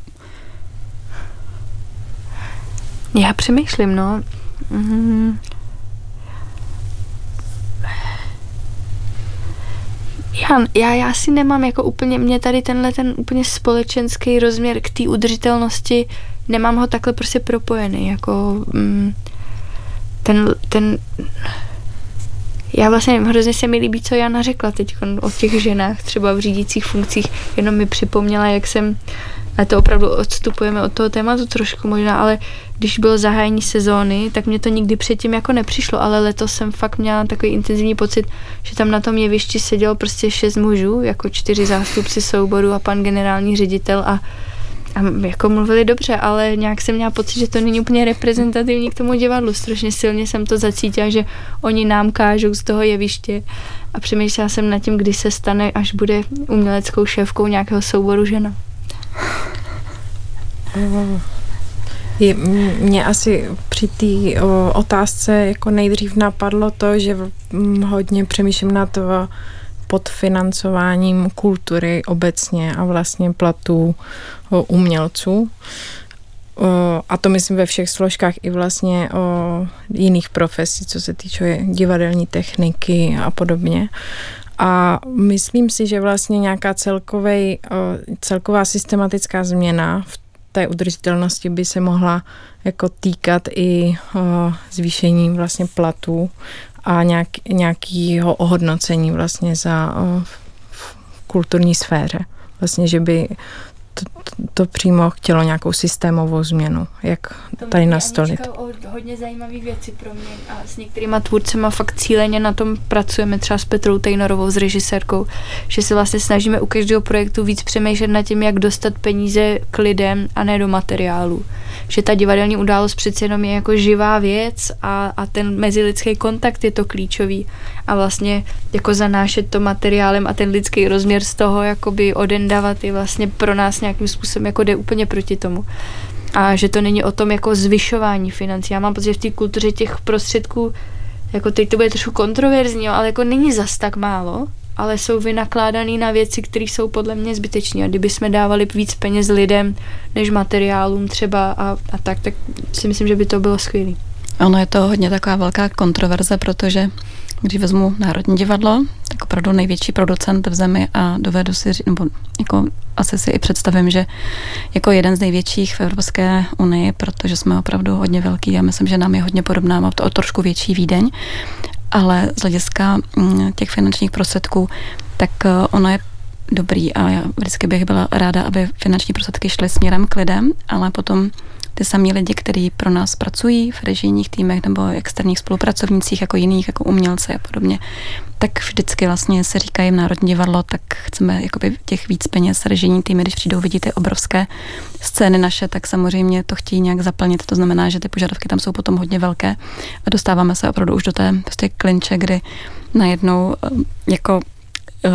Já přemýšlím, no. Já si nemám jako úplně, mě tady ten úplně společenský rozměr k té udržitelnosti, nemám ho takhle prostě propojený, jako já vlastně nevím, hrozně se mi líbí, co Jana řekla teď o těch ženách, třeba v řídících funkcích, jenom mi připomněla, jak jsem, a to opravdu odstupujeme od toho tématu trošku možná, ale když bylo zahájení sezóny, tak mě to nikdy předtím jako nepřišlo, ale letos jsem fakt měla takový intenzivní pocit, že tam na tom jevišti sedělo prostě 6 mužů, jako 4 zástupci souboru a pan generální ředitel a jako mluvili dobře, ale nějak jsem měla pocit, že to není úplně reprezentativní k tomu divadlu. Strašně silně jsem to zacítila, že oni nám kážou z toho jeviště a přemýšlela jsem nad tím, kdy se stane, až bude uměleckou šéfkou nějakého souboru žena. Mě asi při té otázce jako nejdřív napadlo to, že hodně přemýšlím nad podfinancováním kultury obecně a vlastně platů umělců. A to myslím ve všech složkách i vlastně o jiných profesí, co se týče divadelní techniky a podobně. A myslím si, že vlastně nějaká celková systematická změna v té udržitelnosti by se mohla jako týkat i zvýšení vlastně platů a nějakého ohodnocení vlastně v kulturní sféře. Vlastně, že by to přímo chtělo nějakou systémovou změnu, jak tady nastolit. To hodně zajímavé věci pro mě a s některýma tvůrcema fakt cíleně na tom pracujeme, třeba s Petrou Tejnorovou, s režisérkou, že se vlastně snažíme u každého projektu víc přemýšlet nad tím, jak dostat peníze k lidem a ne do materiálu. Že ta divadelní událost přece jenom je jako živá věc a ten mezilidský kontakt je to klíčový a vlastně jako zanášet to materiálem a ten lidský rozměr z toho jakoby odendávat je vlastně pro nás nějakým způsobem jako jde úplně proti tomu. A že to není o tom jako zvyšování financí. Já mám pocit, že v té kultuře těch prostředků, jako teď to bude trošku kontroverzní, ale jako není zas tak málo, ale jsou vynakládaný na věci, které jsou podle mě zbytečné. A kdyby jsme dávali víc peněz lidem, než materiálům třeba a tak si myslím, že by to bylo skvělé. Ono je to hodně taková velká kontroverze, protože když vezmu Národní divadlo, tak opravdu největší producent v zemi a dovedu si, nebo jako asi si i představím, že jako jeden z největších v Evropské unii, protože jsme opravdu hodně velký a myslím, že nám je hodně podobná, má to o trošku větší Vídeň, ale z hlediska těch finančních prostředků, tak ono je dobrý a já vždycky bych byla ráda, aby finanční prostředky šly směrem k lidem, ale potom ty samý lidi, kteří pro nás pracují v režijních týmech nebo externích spolupracovnících jako jiných, jako umělci a podobně, tak vždycky vlastně se říká jim Národní divadlo, tak chceme jakoby těch víc peněz. Režijní týmy, když přijdou, vidí ty obrovské scény naše, tak samozřejmě to chtějí nějak zaplnit. To znamená, že ty požadavky tam jsou potom hodně velké a dostáváme se opravdu už do té prostě klinče, kdy najednou jako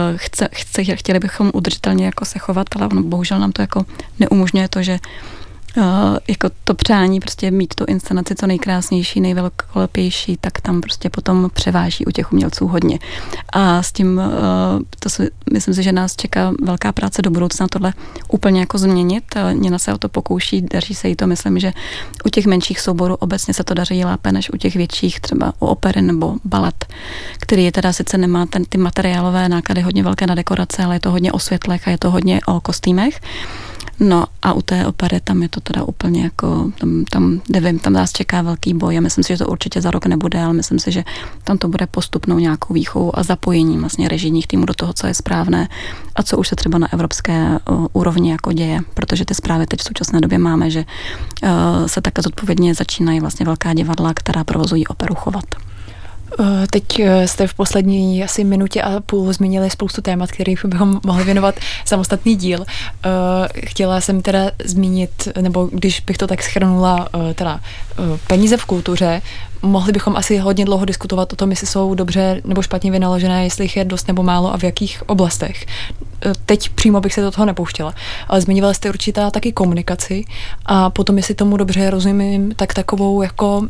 chtěli bychom udržitelně jako se chovat, ale ono bohužel nám to jako neumožňuje to, že jako to přání prostě mít tu inscenaci co nejkrásnější, nejvelkolepější, tak tam prostě potom převáží u těch umělců hodně. A s tím, myslím si, že nás čeká velká práce do budoucna tohle úplně jako změnit. Nina se o to pokouší, daří se jí to, myslím, že u těch menších souborů obecně se to daří lépe než u těch větších, třeba u opery nebo balet, který je teda sice nemá ty materiálové náklady hodně velké na dekorace, ale je to hodně o světlech a je to hodně o kostýmech. No a u té opery tam je to teda úplně jako, tam nevím, tam nás čeká velký boj a myslím si, že to určitě za rok nebude, ale myslím si, že tam to bude postupnou nějakou výchovou a zapojením vlastně režijních týmů do toho, co je správné a co už se třeba na evropské úrovni jako děje, protože ty zprávy teď v současné době máme, že se takhle zodpovědně začínají vlastně velká divadla, která provozují operu, chovat. Teď jste v poslední asi minutě a půl zmínili spoustu témat, kterých bychom mohli věnovat samostatný díl. Chtěla jsem teda zmínit, nebo když bych to tak shrnula, teda peníze v kultuře, mohli bychom asi hodně dlouho diskutovat o tom, jestli jsou dobře nebo špatně vynaložené, jestli jich je dost nebo málo a v jakých oblastech. Teď přímo bych se do toho nepouštěla. Ale zmiňovala jste určitá taky komunikaci a potom, jestli tomu dobře rozumím, tak takovou jako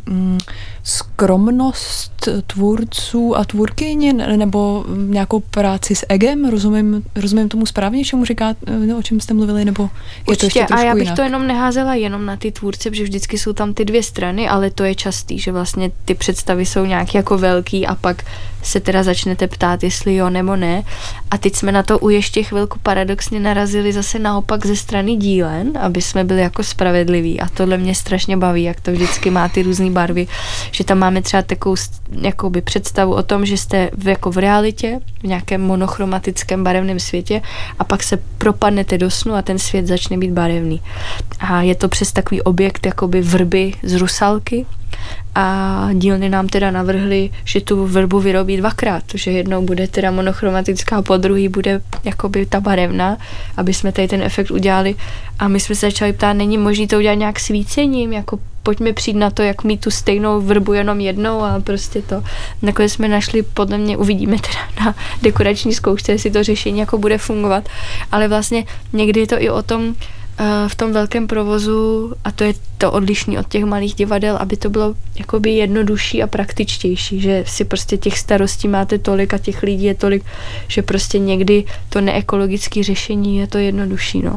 skromnost tvůrců a tvůrkyň nebo nějakou práci s egem, rozumím tomu správně, čemu říkáte, o čem jste mluvili, nebo je to ještě trošku a já bych jinak? to jenom neházela jenom na ty tvůrce, protože vždycky jsou tam ty dvě strany, ale to je častý, že vlastně ty představy jsou nějak jako velký a pak se teda začnete ptát, jestli jo nebo ne. A teď jsme na to u ještě chvilku paradoxně narazili zase naopak ze strany dílen, aby jsme byli jako spravedliví a tohle mě strašně baví, jak to vždycky má ty různé barvy, že tam máme třeba takovou jakoby představu o tom, že jste jako v realitě, v nějakém monochromatickém barevném světě a pak se propadnete do snu a ten svět začne být barevný. A je to přes takový objekt jakoby vrby z Rusalky, a dílny nám teda navrhli, že tu vrbu vyrobí dvakrát, že jednou bude teda monochromatická, po druhý bude jakoby ta barevná, aby jsme tady ten efekt udělali a my jsme se začali ptát, není možné to udělat nějak svícením, jako pojďme přijít na to, jak mít tu stejnou vrbu jenom jednou a prostě to. Nakonec jsme našli, podle mě uvidíme teda na dekorační zkoušce, jestli to řešení jako bude fungovat, ale vlastně někdy je to i o tom, v tom velkém provozu, a to je to odlišný od těch malých divadel, aby to bylo jakoby jednodušší a praktičtější, že si prostě těch starostí máte tolik a těch lidí je tolik, že prostě někdy to neekologické řešení je to jednodušší, no.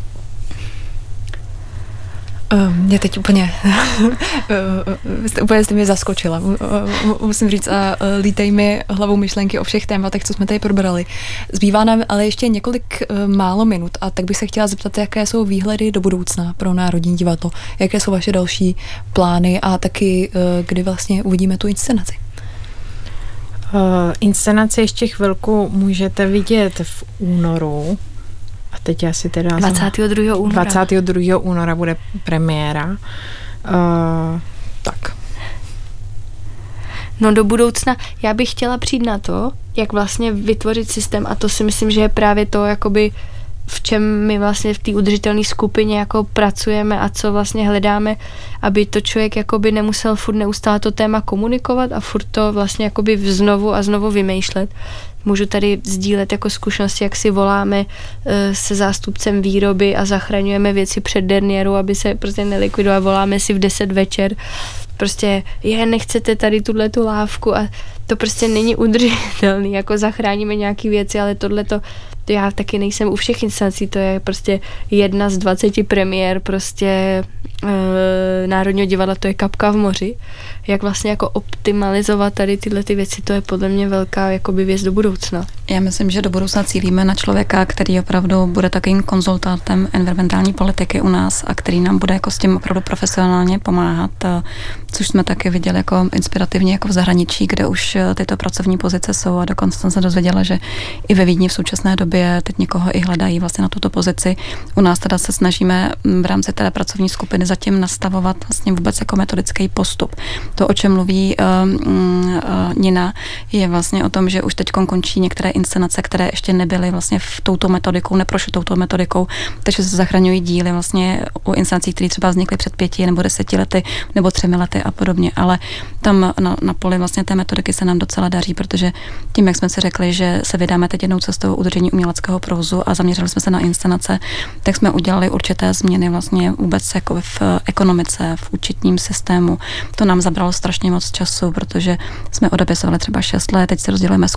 Mě teď úplně jste mě zaskočila. Musím říct a lítej mi hlavou myšlenky o všech tématech, co jsme tady probrali. Zbývá nám ale ještě několik málo minut a tak bych se chtěla zeptat, jaké jsou výhledy do budoucna pro Národní divadlo. Jaké jsou vaše další plány a taky kdy vlastně uvidíme tu inscenaci? Inscenaci ještě chvilku můžete vidět v únoru. A teď asi teda... 22. února. 22. února bude premiéra. Tak. No do budoucna já bych chtěla přijít na to, jak vlastně vytvořit systém a to si myslím, že je právě to, jakoby v čem my vlastně v té udržitelné skupině jako pracujeme a co vlastně hledáme, aby to člověk jakoby nemusel furt neustále to téma komunikovat a furt to vlastně jakoby znovu a znovu vymýšlet. Můžu tady sdílet jako zkušenosti, jak si voláme se zástupcem výroby a zachraňujeme věci před derniéru, aby se prostě nelikvidovalo. Voláme si v 10 večer. Prostě nechcete tady tuhletu lávku a to prostě není udržitelný. Jako zachráníme nějaký věci, ale tohleto já taky nejsem u všech inscenací, to je prostě jedna z 20 premiér prostě Národního divadla, to je kapka v moři. Jak vlastně jako optimalizovat tady tyhle ty věci, to je podle mě velká jakoby věc do budoucna. Já myslím, že do budoucna cílíme na člověka, který opravdu bude takovým konzultantem environmentální politiky u nás a který nám bude jako s tím opravdu profesionálně pomáhat, což jsme taky viděli jako inspirativně jako v zahraničí, kde už tyto pracovní pozice jsou a dokonce jsem se dozvěděla, že i ve Vídni v současné době teď někoho i hledají vlastně na tuto pozici. U nás teda se snažíme v rámci té pracovní skupiny zatím nastavovat vlastně vůbec jako metodický postup. To, o čem mluví Nina, je vlastně o tom, že už teď končí některé inscenace, které ještě nebyly vlastně touto metodikou, neprošly touto metodikou, takže se zachraňují díly vlastně u inscenací, které třeba vznikly před 5 nebo 10 lety nebo 3 lety a podobně, ale tam na poli vlastně té metodiky se nám docela daří, protože tím, jak jsme si řekli, že se vydáme teď jednou cestou udržení uměleckého provozu a zaměřili jsme se na inscenace, tak jsme udělali určité změny vlastně vůbec jako v ekonomice, v účetním systému. To nám zabralo strašně moc času, protože jsme odepisovali třeba 6 let, teď si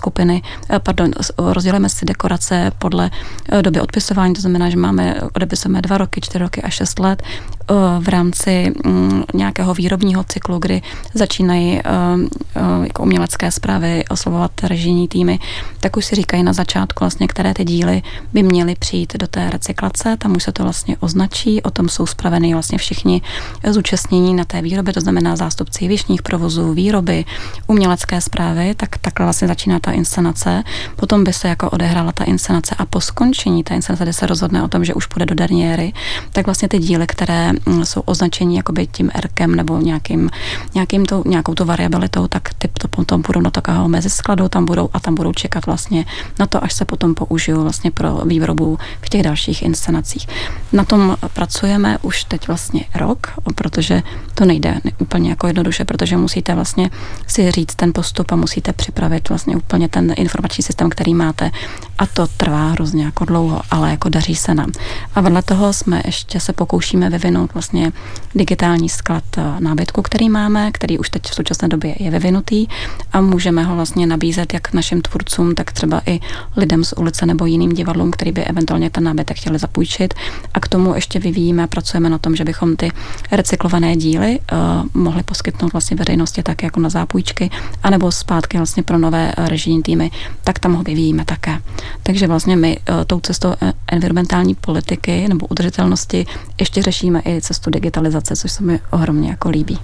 rozdělujeme si dekorace podle doby odpisování, to znamená, že odepisujeme 2 roky, 4 roky a 6 let v rámci nějakého výrobního cyklu, kdy začínají jako umělecké správy oslovovat režijní týmy, tak už si říkají na začátku vlastně, které ty díly by měly přijít do té recyklace, tam už se to vlastně označí, o tom jsou spraveny vlastně všichni zúčastnění na té výrobě, to znamená zástupci jevištních provozů, výroby, umělecké správy, tak takhle vlastně začíná ta inscenace, potom by se jako odehrála ta inscenace a po skončení té inscenace, kdy se rozhodne o tom, že už půjde do derniéry, tak vlastně ty díly, které jsou označení jakoby tím erkem nebo nějakou to variabilitou, tak ty to potom budou do takového meziskladu, tam budou čekat vlastně na to, až se potom použijou vlastně pro výrobu v těch dalších inscenacích. Na tom pracujeme už teď vlastně rok, protože to nejde úplně jako jednoduše, protože musíte vlastně si říct ten postup a musíte připravit vlastně úplně ten informační systém, který máte, a to trvá hrozně jako dlouho, ale jako daří se nám. A vedle toho jsme ještě se pokoušíme vyvinout vlastně digitální sklad nábytku, který máme, který už teď v současné době je vyvinutý a můžeme ho vlastně nabízet jak našim tvůrcům, tak třeba i lidem z ulice nebo jiným divadlům, který by eventuálně ten nábytek chtěli zapůjčit. A k tomu ještě vyvíjíme a pracujeme na tom, že bychom ty recyklované díly mohli poskytnout vlastně veřejnosti tak jako na zápůjčky, anebo zpátky vlastně pro nové režijní týmy, tak tam ho vyvíjíme také. Takže vlastně my tou cestou environmentální politiky nebo udržitelnosti ještě řešíme i cestu digitalizace, což se mi ohromně jako líbí.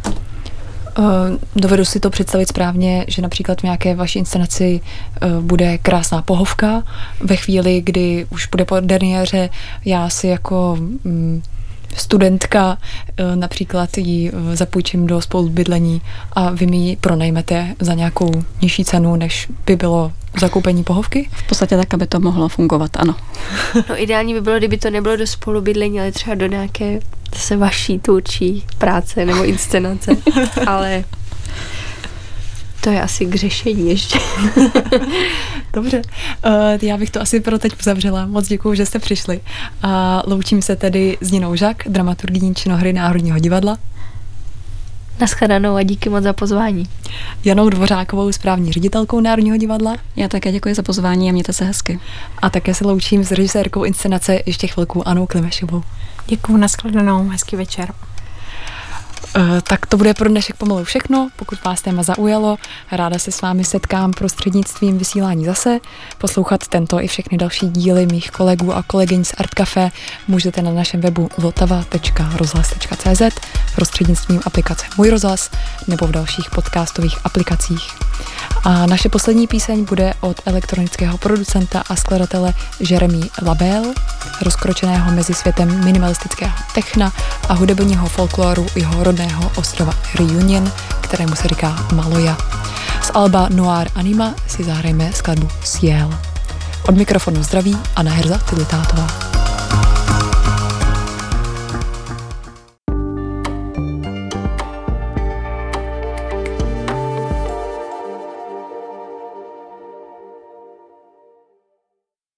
Dovedu si to představit správně, že například v nějaké vaší inscenaci bude krásná pohovka. Ve chvíli, kdy už bude po derniéře, já si jako studentka například ji zapůjčím do spolubydlení a vy mi ji pronajmete za nějakou nižší cenu, než by bylo zakoupení pohovky? V podstatě tak, aby to mohlo fungovat, ano. No ideální by bylo, kdyby to nebylo do spolubydlení, ale třeba do nějaké zase vaší tvůrčí práce nebo inscenace, ale to je asi k řešení ještě. Dobře, já bych to asi pro teď uzavřela. Moc děkuju, že jste přišli. A loučím se tedy s Ninou Žak, dramaturgyní činohry Národního divadla. Naschledanou a díky moc za pozvání. Janou Dvořákovou, správní ředitelkou Národního divadla. Já také děkuji za pozvání a mějte se hezky. A také se loučím s režisérkou inscenace ještě chvilku Anou Klimešovou. Děkuju, naschledanou, hezký večer. Tak to bude pro dnešek pomalu všechno. Pokud vás téma zaujalo, ráda se s vámi setkám prostřednictvím vysílání zase. Poslouchat tento i všechny další díly mých kolegů a kolegyň z Art Café můžete na našem webu vltava.rozhlas.cz prostřednictvím aplikace Můj rozhlas nebo v dalších podcastových aplikacích. A naše poslední píseň bude od elektronického producenta a skladatele Jeremy Labelle, rozkročeného mezi světem minimalistického techna a hudebního folkloru jeho rodného ostrova Reunion, kterému se říká Maloja. Z alba Noir Anima si zahrajeme skladbu Ciel. Od mikrofonu zdraví Anna Herza Tilitátová.